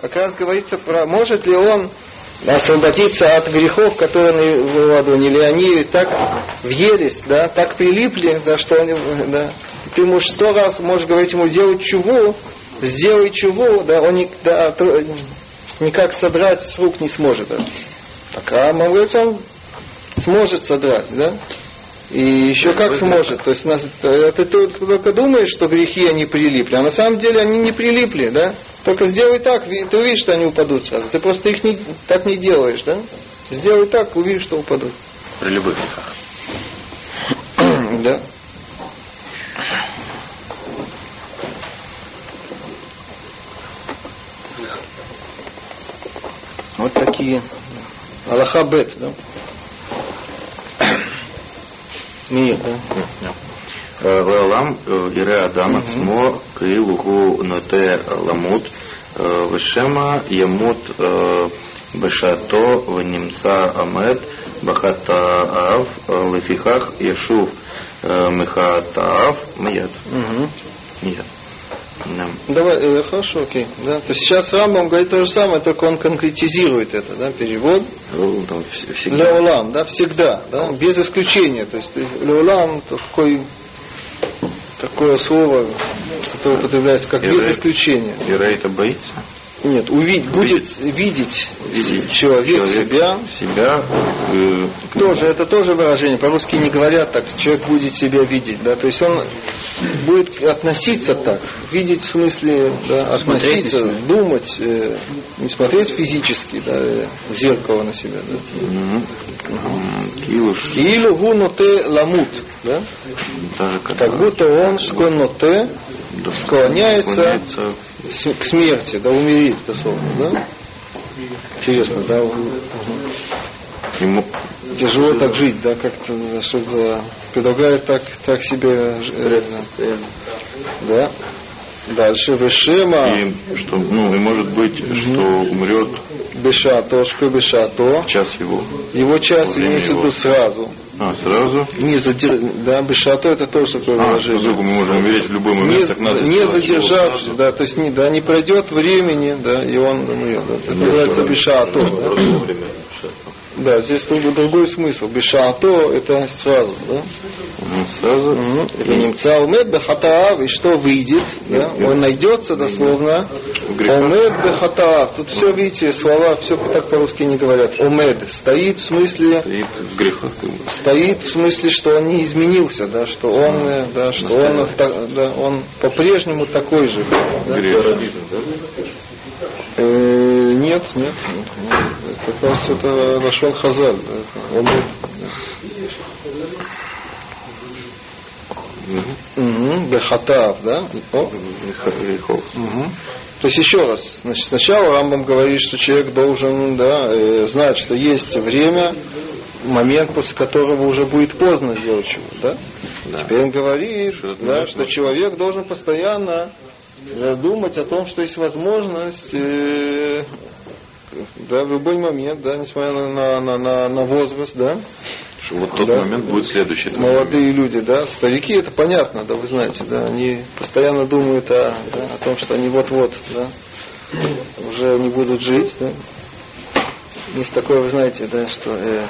как раз говорится про, может ли он освободиться от грехов, которые в ладони, или они так въелись, да, так прилипли, да, что они, да, ты можешь 100 раз можешь говорить ему сделай чуву, сделай чуву, да, он никак содрать с рук не сможет. Да. Так, а говорит, он сможет содрать, да? И еще как сможет. То есть ты только думаешь, что грехи они прилипли, а на самом деле они не прилипли, да? Только сделай так, ты увидишь, что они упадут сразу. Ты просто их так не делаешь, да? Сделай так, увидишь, что упадут. При любых грехах. Да. Вот такие. Аллаха бет, да? Мир, да? Веолам ире адам ацмо כאילו הוא נוטה למות ושמא ימות בשעתו ונמצא עומד בחטאיו לפיכך ישוב מחטאיו מיד. Нет. Давай, хорошо, окей. Да? То есть сейчас Рамбам говорит то же самое, только он конкретизирует это, да, перевод. Леолам, да, всегда, да, без исключения. То есть леолам такое слово, которое употребляется как без исключения. Ира это боится? Нет, будет видеть человек себя. Это тоже выражение. По-русски не говорят так, человек будет себя видеть. Да? То есть он будет относиться так. Видеть в смысле, да, относиться, думать, не смотреть физически, да, в зеркало на себя. Да? Киилу гу ноте ламут. Да? Как будто он шконоте склоняется к смерти, да, умереть, дословно, да? Интересно, да? Ему тяжело так жить, да, как-то, что предлагает так себе да. Дальше Вешема. И что, и может быть, что умрет Бешато, что Бешато. Час его. Его час имеется в виду сразу. Сразу? Да, Бешато это тоже такое выражение. Мы можем умереть в любой момент, так надо. Не задержавшись, да, то есть не пройдет времени, да, и он умрет. Да. Это называется Бешато. Да? Да, здесь другой смысл. Бешато это сразу, да? Сразу. Немца умед бехатаав, и что выйдет, да? Он найдется дословно. Умед бехатаав. Тут все, видите, слова, все так по-русски не говорят. Умед стоит в смысле. Стоит в грехах. Стоит в смысле, что он не изменился, да, что он, да, что он по-прежнему такой же. Да? Нет. Как раз это Лашон Хазаль. Бехатав, да? То есть еще раз, значит, сначала Рамбам говорит, что человек должен, да, знать, что есть время, момент, после которого уже будет поздно сделать чего, да? Теперь он говорит, да, что человек должен постоянно думать о том, что есть возможность, да, в любой момент, да, несмотря на возраст, да. Что вот тот момент будет следующий. Молодые люди, да, старики, это понятно, да, вы знаете, да, они постоянно думают о том, что они вот-вот, да, уже не будут жить, да. Есть такое, вы знаете, да, что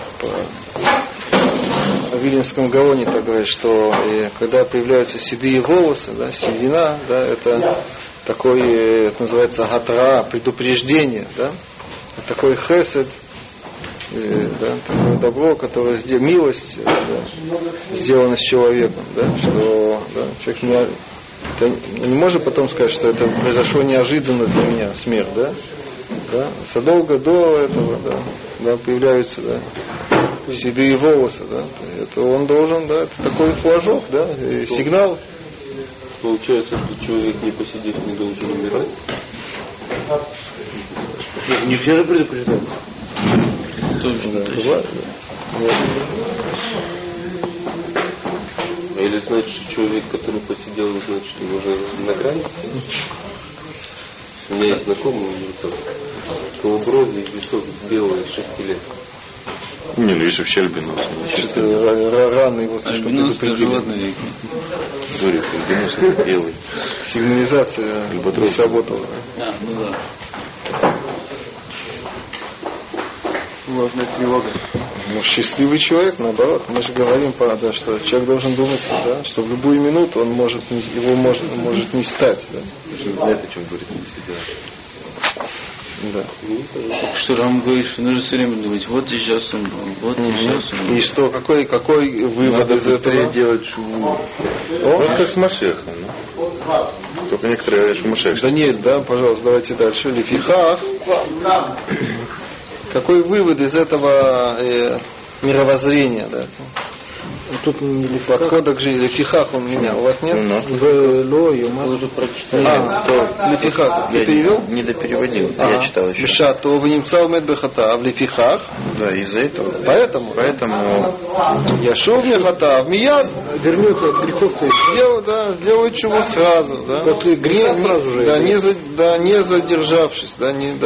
в Вильнюсском Гаоне так говорят, что когда появляются седые волосы, да, седина, да, это такое, это называется гатра, предупреждение, да, такой хесед, да, такое добро, которое милость, да, сделана с человеком, да, что, да, человек не может потом сказать, что это произошло неожиданно для меня, смерть, да, задолго до этого, да, появляются, да, седые волосы, да, это он должен, да, это такой флажок, да, сигнал. Получается, что человек не посидев не должен умирать? Не все же предупреждают. Или значит, что человек, который посидел, значит, что уже на грани? У меня есть знакомый, голубровый и висок белый 6 лет. Не, ну если вообще альбинос. Что-то рано его альбинос это животное веки. Говорит, альбинос белый. Сигнализация не сработала. Ну да. Ложная тревога. Ну, счастливый человек, наоборот. Мы же говорим, да, что человек должен думать, да, что в любую минуту он может, его может не стать. Да. Знает, о чем говорит себя. Да. Что Рам говорит, что нужно все время думать, вот сейчас он был, вот сейчас он был. И что, какой вывод Надо из быстрее этого? делать шуву. Вот как с Машехом. Только некоторые говорят, что Машех. Даниэль, да, пожалуйста, давайте дальше. Лифихах. Какой вывод из этого мировоззрения, да? Тут Подхода к жизни. Лифихах у меня. У вас нет? уже прочитали. То лифихах. Ты перевел? Не допереводил, я читал еще. Бешато внимца умет бехата в лифихах. Да, из-за этого. Поэтому Яшув мехата в мияд. Вернется от грехов своих. Сделает чего сразу, да. После греха сразу же. Не задержавшись,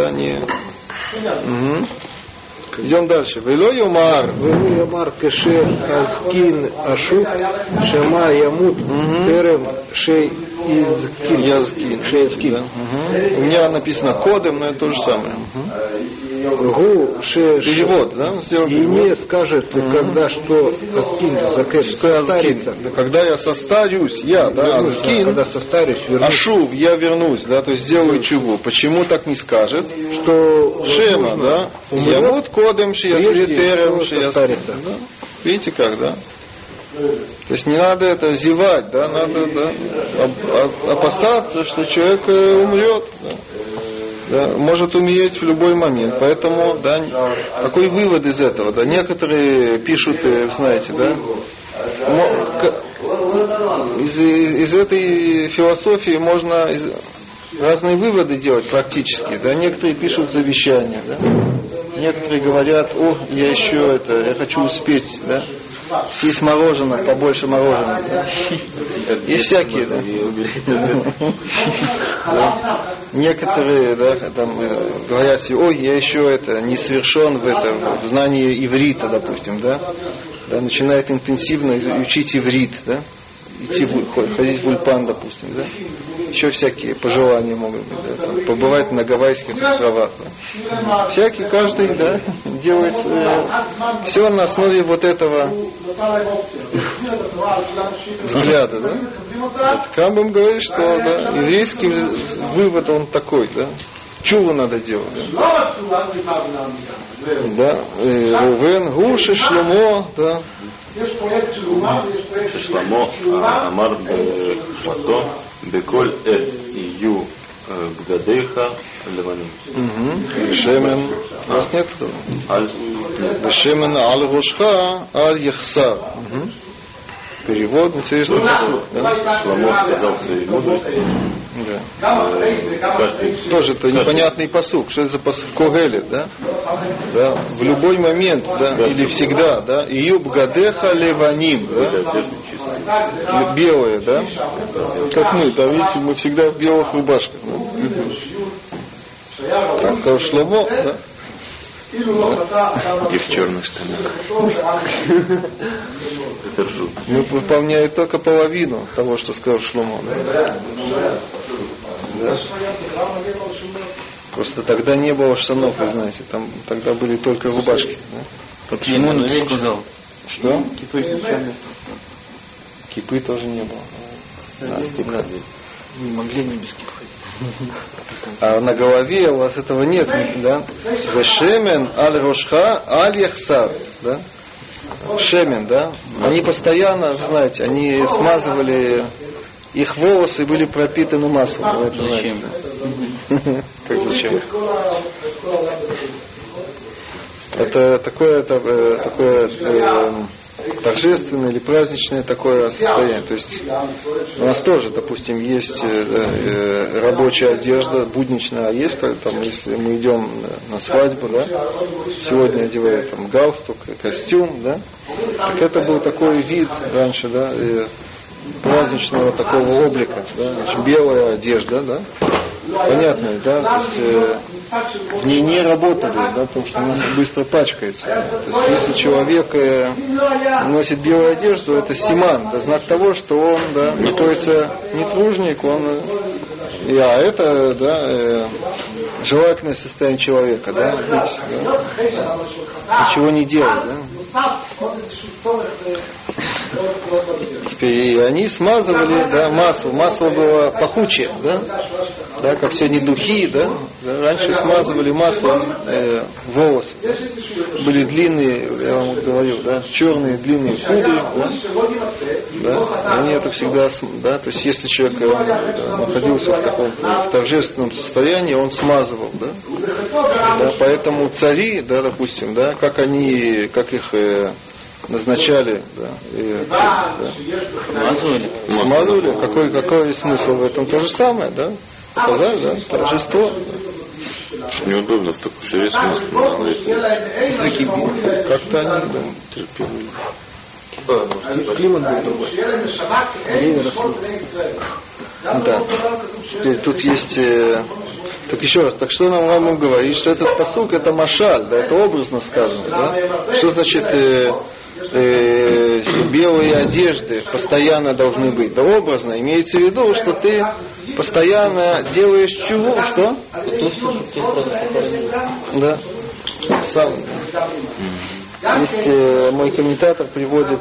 Угу. Идем дальше. Вело юмар. Вело юмар кеше азкин ашук шема ямут терем шей Язкин. Шейскин. У меня написано кодом, но это то же самое. Гу ше Перевод, да? И не скажет, когда что азкин состарится. Когда я состарюсь, азкин. Когда состарюсь, вернусь. Ашув, я вернусь, да, то есть сделаю чего. Почему так не скажет? Что Шема, да? Ямут кодом шиясвитерем состарится. Видите как, да? То есть не надо это зевать, да, надо опасаться, что человек умрет, да, может умереть в любой момент. Поэтому, да, какой вывод из этого? Да, некоторые пишут, знаете, да, из этой философии можно разные выводы делать практически, да, некоторые пишут завещания, да, некоторые говорят, я хочу успеть, да, съесть мороженое, побольше мороженого. Да. Есть всякие, да. Некоторые, да, там говорят себе, я еще не совершен в знании иврита, допустим, да. Начинает интенсивно учить иврит, да. Ходить в ульпан, допустим, да. Еще всякие пожелания могут быть, да, там, побывать на Гавайских островах. Да. Всякий, каждый, да, делает все на основе вот этого взгляда, да. Камбам говорит, что еврейский вывод он такой, да. Чуву надо делать, да. Рувен, Гуши, Шломо, да. Шломо, Амар, Шато, Беколь, Ию, Бгадеха, Леваним. Шемен, у вас нет этого? Шемен аль Рошха, аль Яхса. Перевод, интересный посыл. Шломо сказал своей мудрости. Тоже это непонятный посук. Что это за посук? Когелет, да? В любой момент, да, или всегда, да. Июб гадеха леваним, да? Белые, да? Как мы, да, видите, мы всегда в белых рубашках. Да? Так сказал Шломо, да? И в черных штанах. Мы выполняем только половину того, что сказал Шломо. Да? Просто тогда не было штанов, вы знаете, тогда были только рубашки. Да? Почему он это сказал? Что? Кипы тоже не было. Не могли не без кипы. А на голове у вас этого нет, да? Вешемен аль рошха аль яхсав, да? Шемен, да? Они постоянно, вы знаете, они смазывали, их волосы были пропитаны маслом. Зачем? Как зачем? Это такое торжественное или праздничное такое состояние. То есть у нас тоже, допустим, есть рабочая одежда, будничная, а есть, там, если мы идем на свадьбу, да, сегодня одевают там галстук, костюм, да, так это был такой вид раньше, да, праздничного такого облика, да, значит, белая одежда, да, понятно, да, то есть в ней не работали, да, потому что она быстро пачкается. То есть если человек носит белую одежду, это симан, это знак того, что он, да, находится не тружник, он, это, да, желательное состояние человека, да, быть, да? Ничего не делать, да. Теперь и они смазывали, да, масло. Масло было пахучее, да, да, как сегодня духи, да, да, раньше смазывали маслом волосы. Были длинные, я вам говорил, да, черные длинные кудри, да, они это всегда, да, то есть если человек находился в таком в торжественном состоянии, он смазывал, да, да, поэтому цари, да, допустим, да, как их назначали, да, смазывали, какой смысл в этом? То же самое, да, показать, да, торжество. Неудобно в такой шире смысл. Как-то они, да, терпели. Климат был другой. Время росло. Да. Теперь тут есть. Так еще раз, так что нам Рамбам говорит, что этот пасук это машаль, да, это образно сказано, да? Что значит белые одежды постоянно должны быть? Да образно, имеется в виду, что ты постоянно делаешь чего? Что? Да. Сам. Есть мой комментатор приводит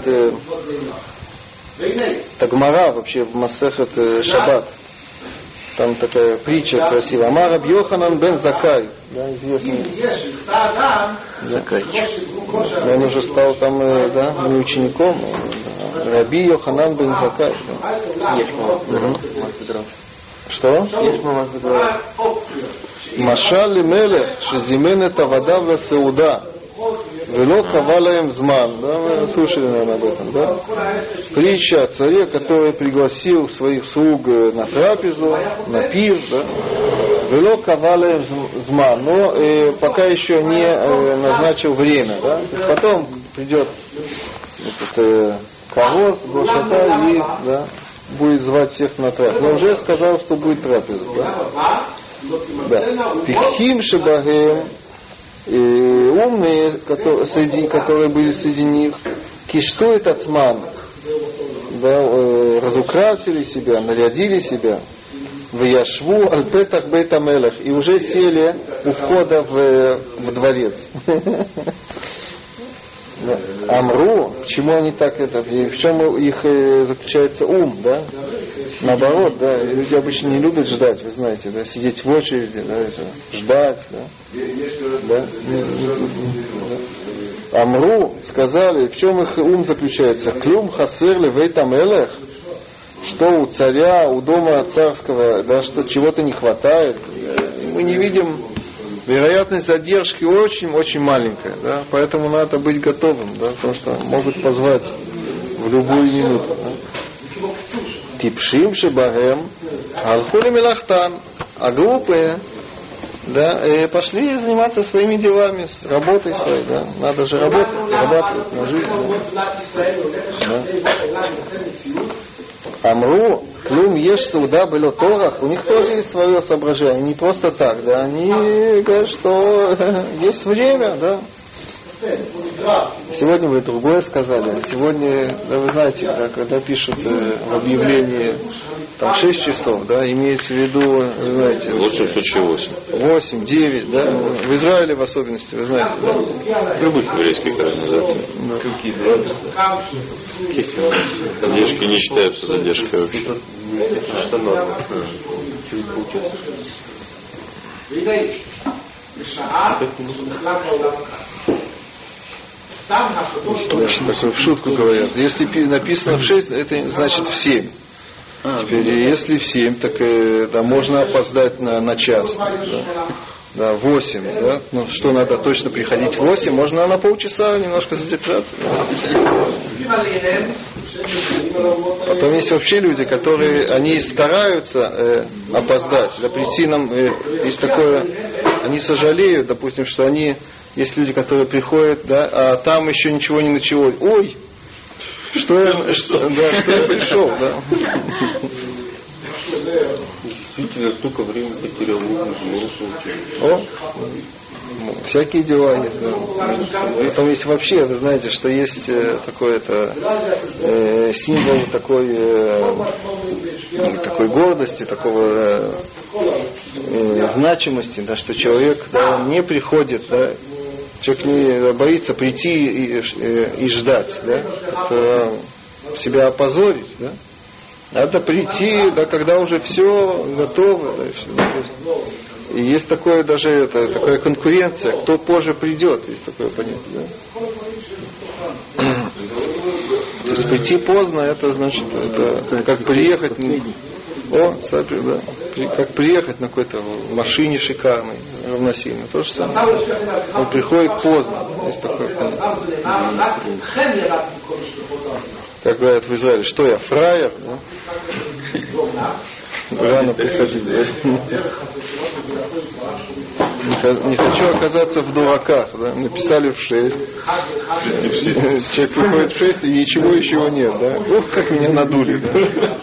Тагмара вообще в Масехет Шаббат. Там такая притча красивая. Амар Рабби Йоханан бен Заккай, да, известный. Заккай. Он уже стал там, да, не учеником. Да. Рабби Йоханан бен Заккай. Да. Что? Машали мелех шезименет авада в сеуда. Вело кавалаем зман. Да, мы слушали, наверное, об этом, да? Притча о царе, который пригласил своих слуг на трапезу, на пир, да? Вело кавалаем зман, но пока еще не назначил время, да? Потом придет этот пароз, Гошата, и, да, будет звать всех на трапезу. Но уже сказал, что будет трапеза, да? Да. Пикхим шебагем, и умные, которые были среди них, киштует ацман, да, разукрасили себя, нарядили себя, в яшву аль-петах бейт-амелех, и уже сели у входа в дворец. Амру, почему они так это, в чем их заключается ум, да? Наоборот, да, люди обычно не любят ждать, вы знаете, да, сидеть в очереди, да, ждать, да. Да? Амру, сказали, в чем их ум заключается? Клюм хасыр левейт амелех, что у царя, у дома царского, да, что чего-то не хватает. Мы не видим. Вероятность задержки очень-очень маленькая, да? Поэтому надо быть готовым, да? Потому что могут позвать в любую минуту. Да? Типшим шебахем алхули мелахтан, а глупые, да, пошли заниматься своими делами, работой своей, да? Надо же работать, зарабатывать на жизнь. Да? Амру, клюм ешь суда было торах, у них тоже есть свое соображение, не просто так, да, они говорят, что есть время, да. Сегодня вы другое сказали. Сегодня, да, вы знаете, да, когда пишут в объявлении там 6 часов, да, имеется в виду, вы знаете, лучше в случае 8, 9, да, в Израиле в особенности, вы знаете, да. В любых еврейских организациях. Задержки не считаются задержкой вообще. Такое в шутку говорят. Если написано в 6, это значит в 7. Теперь, если в 7, так да, можно опоздать на час. Да, 8. Да? Ну, что надо точно приходить в 8, можно на полчаса немножко задержаться. Потом есть вообще люди, которые они стараются опоздать. Да, прийти нам, есть такое, они сожалеют, допустим, что они, есть люди, которые приходят, да, а там еще ничего не началось. Ой, что я пришел, да. Действительно, столько времени потерял. О, всякие дела есть, да. Потом есть вообще, вы знаете, что есть такой-то символ такой гордости, такого значимости, да, что человек, да, не приходит, да, человек не боится прийти и ждать, да, это себя опозорить, да. Надо прийти, да, когда уже все готово, да, все, да, и есть такое даже такая конкуренция, кто позже придет, есть такое понятие, да. То есть прийти поздно, это значит, это как приехать, да, как приехать на какой-то машине шикарной, равносильно, то же самое. Он приходит поздно, есть такое понятие. Как говорят в Израиле, что я, фраер, да? Рано приходить. Не хочу оказаться в дураках, да? Написали в 6. Человек приходит в 6 и ничего еще нет, да? Ух, как меня надули, да?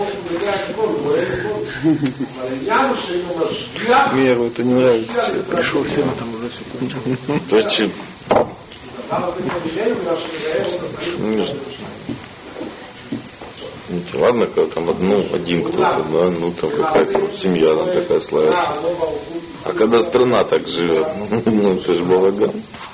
Меру это не нравится. Пришел всем там уже. Зачем? Ладно, когда там один кто-то, да, ну там какая-то семья там такая славится. А когда страна так живет, ну это же балаган.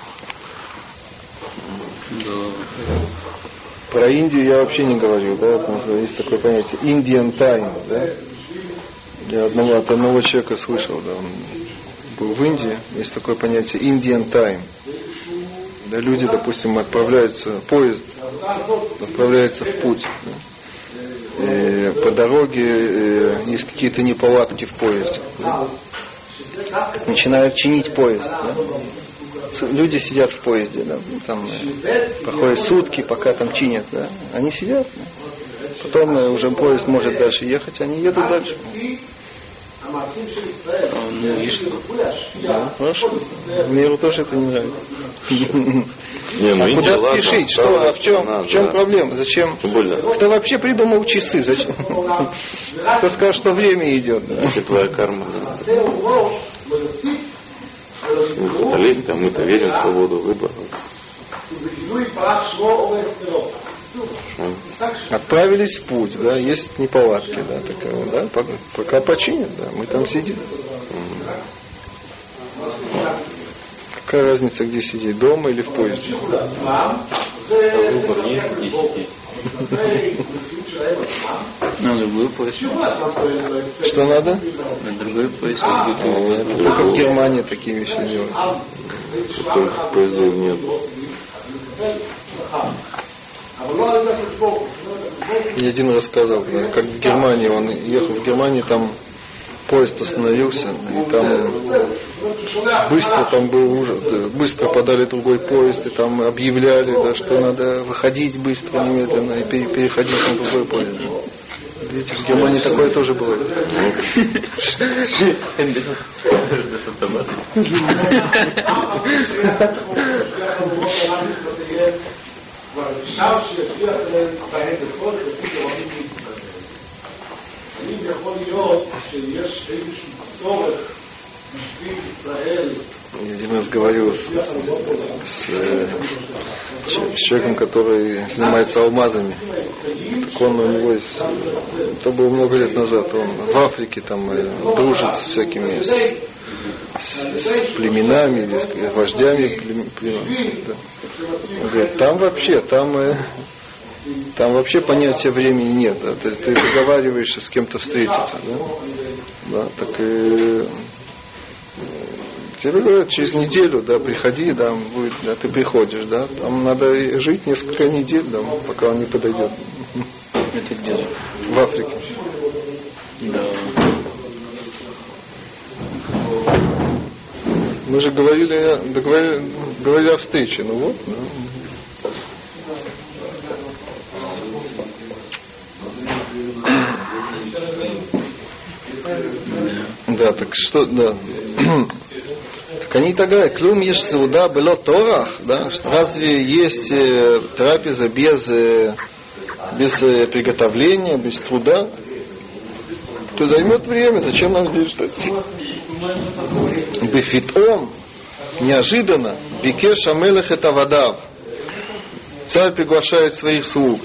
Про Индию я вообще не говорил, да, потому что есть такое понятие Indian Time, да. Я от одного человека слышал, да, он был в Индии, есть такое понятие Indian Time. Да, люди, допустим, поезд отправляется в путь. Да. И по дороге есть какие-то неполадки в поезде. Да. Начинают чинить поезд. Да. Люди сидят в поезде, да, там проходят сутки, пока там чинят, да. Они сидят, да. Потом уже поезд может дальше ехать, они едут дальше. Да, хорошо. Миру тоже это не нравится. А куда спешить? Что? А в чем проблема? Зачем? Кто вообще придумал часы? Зачем? Кто сказал, что время идет? Если твоя карма. Мы фаталисты, а мы-то верим в свободу выбора. Отправились в путь, да, есть неполадки, да, такая, да, пока починят, да, мы там сидим. Какая разница, где сидеть, дома или в поезде? Выбор есть, где сидеть. На другой поезд. Что надо? На другой поезд. Только в Германии такие вещи делают. Только поездов нет. Я один рассказал, да, как в Германии, он ехал в Германии, там поезд остановился, и там быстро там был ужас, да, быстро подали другой поезд, и там объявляли, да, что надо выходить быстро, немедленно, и переходить на другой поезд. Видите, в Германии такое тоже было. Я один раз говорил с человеком, который занимается алмазами. Так он у него, это было много лет назад, он в Африке там дружит с всякими с племенами или с вождями племен. Да. Он говорит, там вообще понятия времени нет. Да? Ты договариваешься с кем-то встретиться. Да? Да, так тебе говорят, через неделю, да, приходи, да, будет, да, ты приходишь, да, там надо жить несколько недель, да, пока он не подойдет. Это где? В Африке. Да. Мы же говорили о встрече, ну вот. Да, так что, да. Так они так говорят, клюм ешь сауда было торах, да? Разве есть трапеза без приготовления, без труда? То займет время, зачем нам здесь ждать? Бефитом, неожиданно, бикеш амелех это водав. Царь приглашает своих слуг.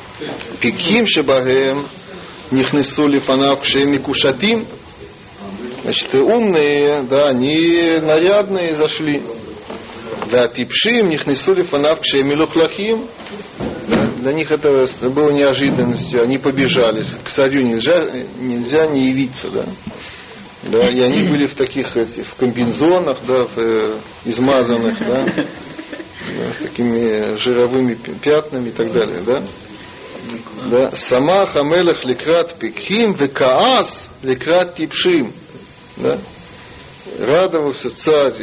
Пиким шебагем нихнесу лифанав кшеми кушатим. Значит, умные, да, они нарядные зашли. Да, типшим, них несули фанав кшемилухлахим. Для них это было неожиданностью. Они побежали. К царю нельзя не явиться, да. Да, и они были в таких, в комбинзонах, да, измазанных, да, с такими жировыми пятнами и так далее, да. Да. Сама хамелах лекрат пикхим векаас лекрат типшим. Да. Радовался царь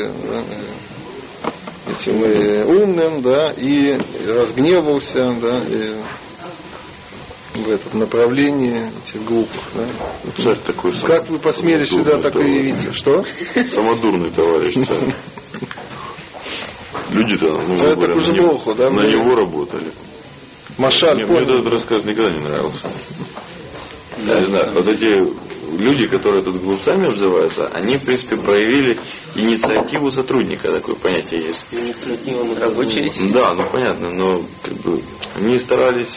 этим умным, да, и разгневался, да, и в этом направлении этих глупых. Да. Царь такой как вы посмели сюда так и явиться? Что? Самодурный товарищ царь. Люди-то, царь так уже плохо, да? На него работали. Машаль, мне этот рассказ никогда не нравился. Я не знаю, вот эти люди, которые тут глупцами обзываются, они, в принципе, проявили инициативу сотрудника, такое понятие есть. Инициатива на рабочей силе. Да, ну понятно, но как бы они старались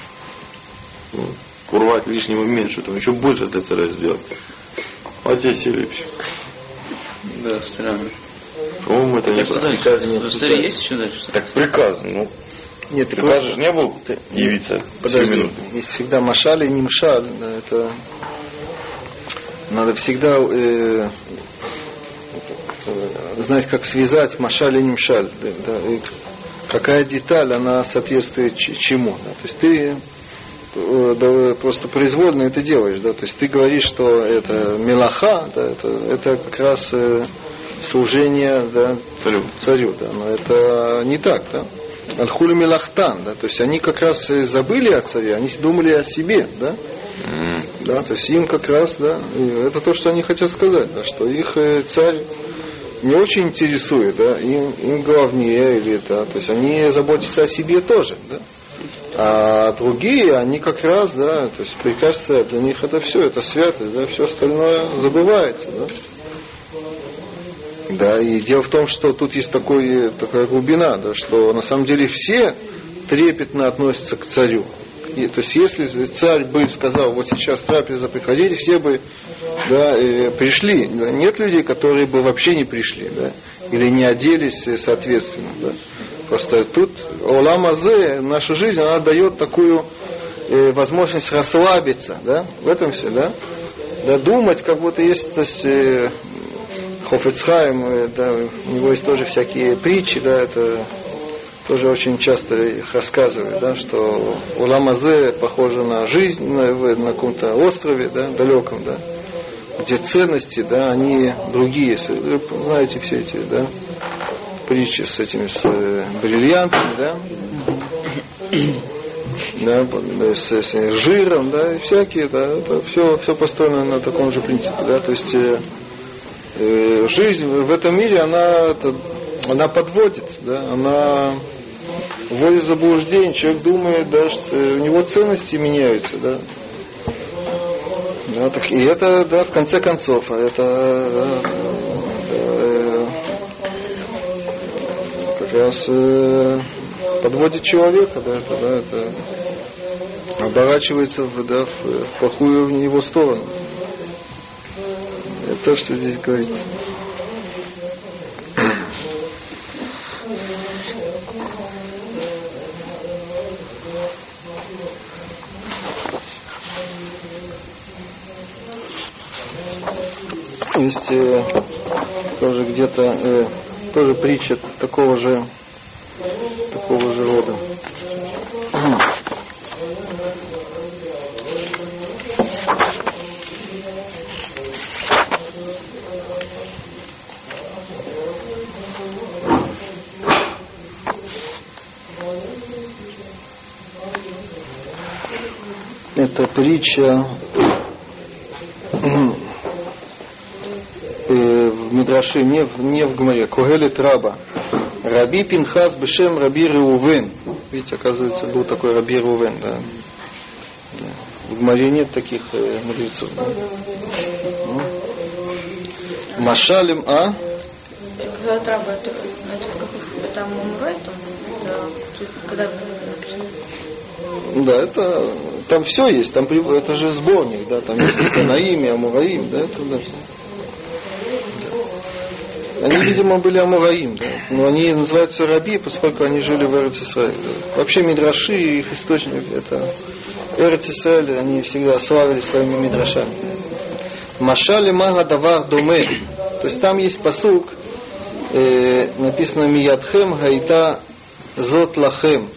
урвать лишнего меньше, там еще больше для царя сделать. А те сели все. Да, странно. По-моему, это не приказ. В истории есть еще дальше? Так приказ, ну. Нет, приказ же не был явиться. Подожди, есть всегда машаль и не мшаль. Да, это надо всегда знать, как связать машаль и не мшаль. Да, да, какая деталь, она соответствует чему. Да. То есть ты просто произвольно это делаешь. Да. То есть ты говоришь, что это мелаха, да, это как раз служение, да, царю. Да. Но это не так. Да. Аль-Хули Мелахтан, да, то есть они как раз забыли о царе, они думали о себе, да, да, то есть им как раз, да, это то, что они хотят сказать, да, что их царь не очень интересует, да, им главнее, или, да, то есть они заботятся о себе тоже, да, а другие, они как раз, да, то есть приказ царя, для них это все, это святость, да, все остальное забывается, да. Да, и дело в том, что тут есть такая глубина, да, что на самом деле все трепетно относятся к царю. И, то есть, если царь бы сказал, вот сейчас трапеза, приходите, все бы, да, пришли. Да, нет людей, которые бы вообще не пришли, да, или не оделись соответственно. Да. Просто тут Олам Азе, наша жизнь, она дает такую возможность расслабиться, да, в этом все, да, думать, как будто есть, то есть, Хофец Хаим, да, у него есть тоже всякие притчи, да, это тоже очень часто их рассказывают, да, что Улам Азе похоже на жизнь на каком-то острове, да, далеком, да, где ценности, да, они другие. Вы знаете все эти, да, притчи с этими с бриллиантами, да, да, с жиром, да, и всякие, да, это все построено на таком же принципе, да, то есть жизнь в этом мире, она подводит, да, она вводит в заблуждение, человек думает, да, что у него ценности меняются, да. Да, так, и это, да, в конце концов, это как раз подводит человека, да, это оборачивается в плохую в его сторону. Это то, что здесь говорится. Есть тоже где-то тоже притча такого же рода. Это притча в Мидраше, не в Гмаре, Когелет Раба. Раби Пинхас бешем Раби Реувен. Видите, оказывается, был такой Раби Реувен, да. В Гмаре нет таких мудрецов. Да? Машалим, Когелет Раба, это Амурай, когда да, это там все есть, там это же сборник, да, там есть Танаим и Амураим, да, это да. Они, видимо, были Амураим, да? Но они называются раби, поскольку они жили в Эрец-Исраэле. Да? Вообще мидраши, их источник, это Эрец-Исраэль, они всегда славились своими мидрашами. Машали мага давар думе. То есть там есть пасук, написано Миядхем гайта зот лахем.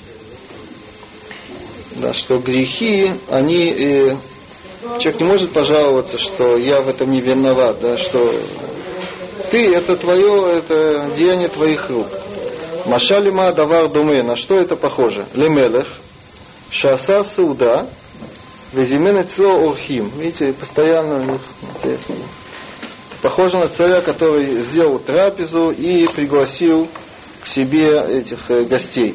Да, что грехи, они... человек не может пожаловаться, что я в этом не виноват, да, что ты, это твое, это деяние твоих рук. Машалима давар думе. На что это похоже? Лемелех, шаса сауда, везимен эцло орхим. Видите, постоянно похоже на царя, который сделал трапезу и пригласил к себе этих гостей.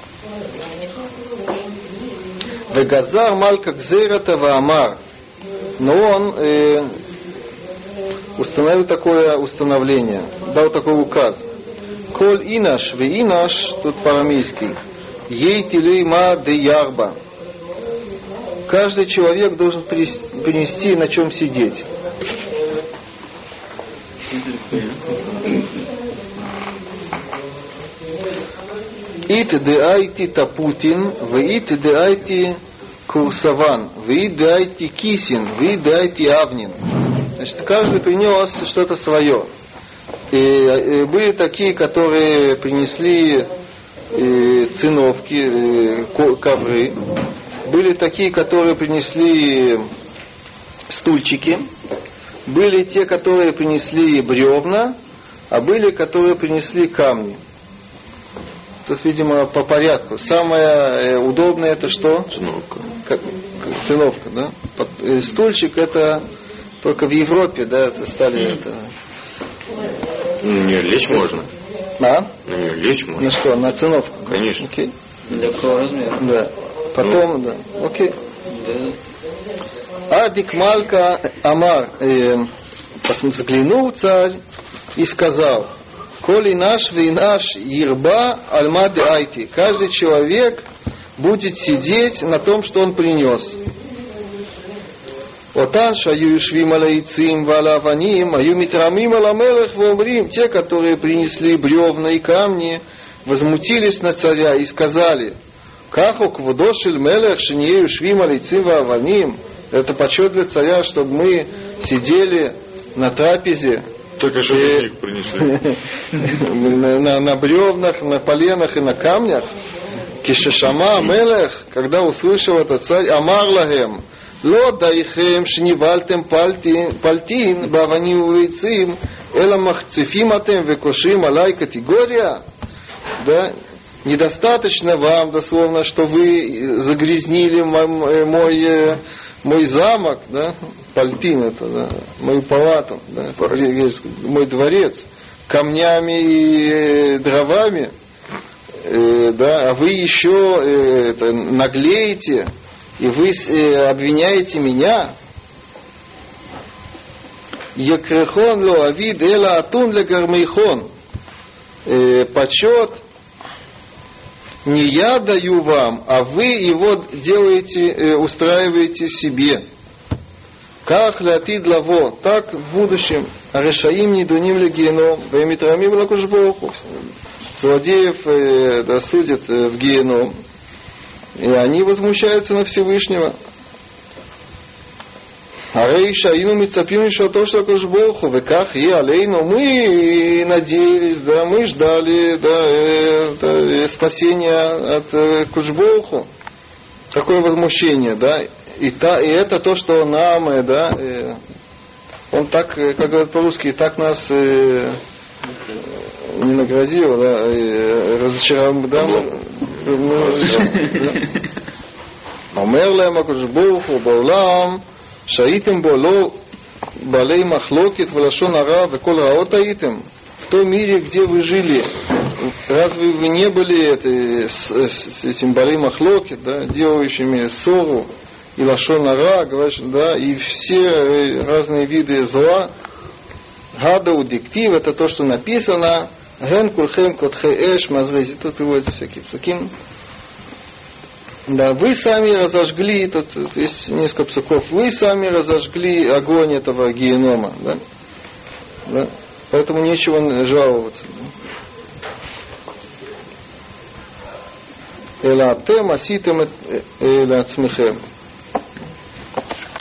Вегазар малька гзейрата ваамар. Но он установил такое установление, дал такой указ. Коль инаш ве инаш, тут по-арамейски, ей тилей ма де ярба. Каждый человек должен принести на чем сидеть. Ит де айти тапутин, ве ит де айти курсаван, ве ит де айти кисин, ве ит де айти авнин. Значит, каждый принес что-то свое. И были такие, которые принесли циновки, ковры. Были такие, которые принесли стульчики. Были те, которые принесли бревна, а были, которые принесли камни. Тут, видимо, по порядку. Самое удобное это что? Циновка. Циновка, да? Стульчик это только в Европе, да, это стали это. На нее лечь можно. А? На нее лечь можно. На что? На циновку? Конечно. Окей. Для какого размера? Да. Потом, да. Окей. Да. Адик Малька Амар взглянул царь и сказал: коли наш вы наш ерба альмады айти. Каждый человек будет сидеть на том, что он принес. Отан шаю юшвим алаицим валаваним, аю митрамим аламелех вомрим. Те, которые принесли бревна и камни, возмутились на царя и сказали: каху квудошель мелех шинье юшвим алаицим валаваним. Это почет для царя, чтобы мы сидели на трапезе. Только что их принесли. На бревнах, на поленах и на камнях. Кишешама мелех, когда услышал этот царь, амар лагем, ло дайхем шнивальтем пальтин баваним увейцим, эла махцифим атем векошим алай категория. Да, недостаточно вам, дословно, что вы загрязнили мой замок, да, пальтин это, да, мою палату, да, мой дворец, камнями и дровами, да, а вы еще наглеете, и вы обвиняете меня. Якрехон ло авид эла атун ле гармейхон. Почет не я даю вам, а вы его делаете, устраиваете себе. Как лятид лаво, так в будущем. Решаим недуним легеном, вемитрамим лакушбоху. Злодеев судят в геном. И они возмущаются на Всевышнего. Арейша ину мицапим шато шлакушбоху, веках и алейну. Мы надеялись, да, мы ждали, да, спасения от кушбоху. Такое возмущение, да. И это то, что нам, да, он так, как говорят по-русски, так нас не наградил, да, разочаровал, да. Омер лем הקדוש בעולם שהייתם בו לא בעלי מחלוקת ולשון הרע וכל רעות הייתם. В том мире, где вы жили, разве вы не были с этим בעלי מחלוקת, да, делающими ссору и лашон ара, да, и все разные виды зла? Гадау диктив, это то, что написано. Ген кульхем котхе эш мазрези. Тут приводятся всякие псуким. Да, вы сами разожгли, тут есть несколько псуков, вы сами разожгли огонь этого генома. Да? Да? Поэтому нечего жаловаться. Эла атем аситем эла ацмихем.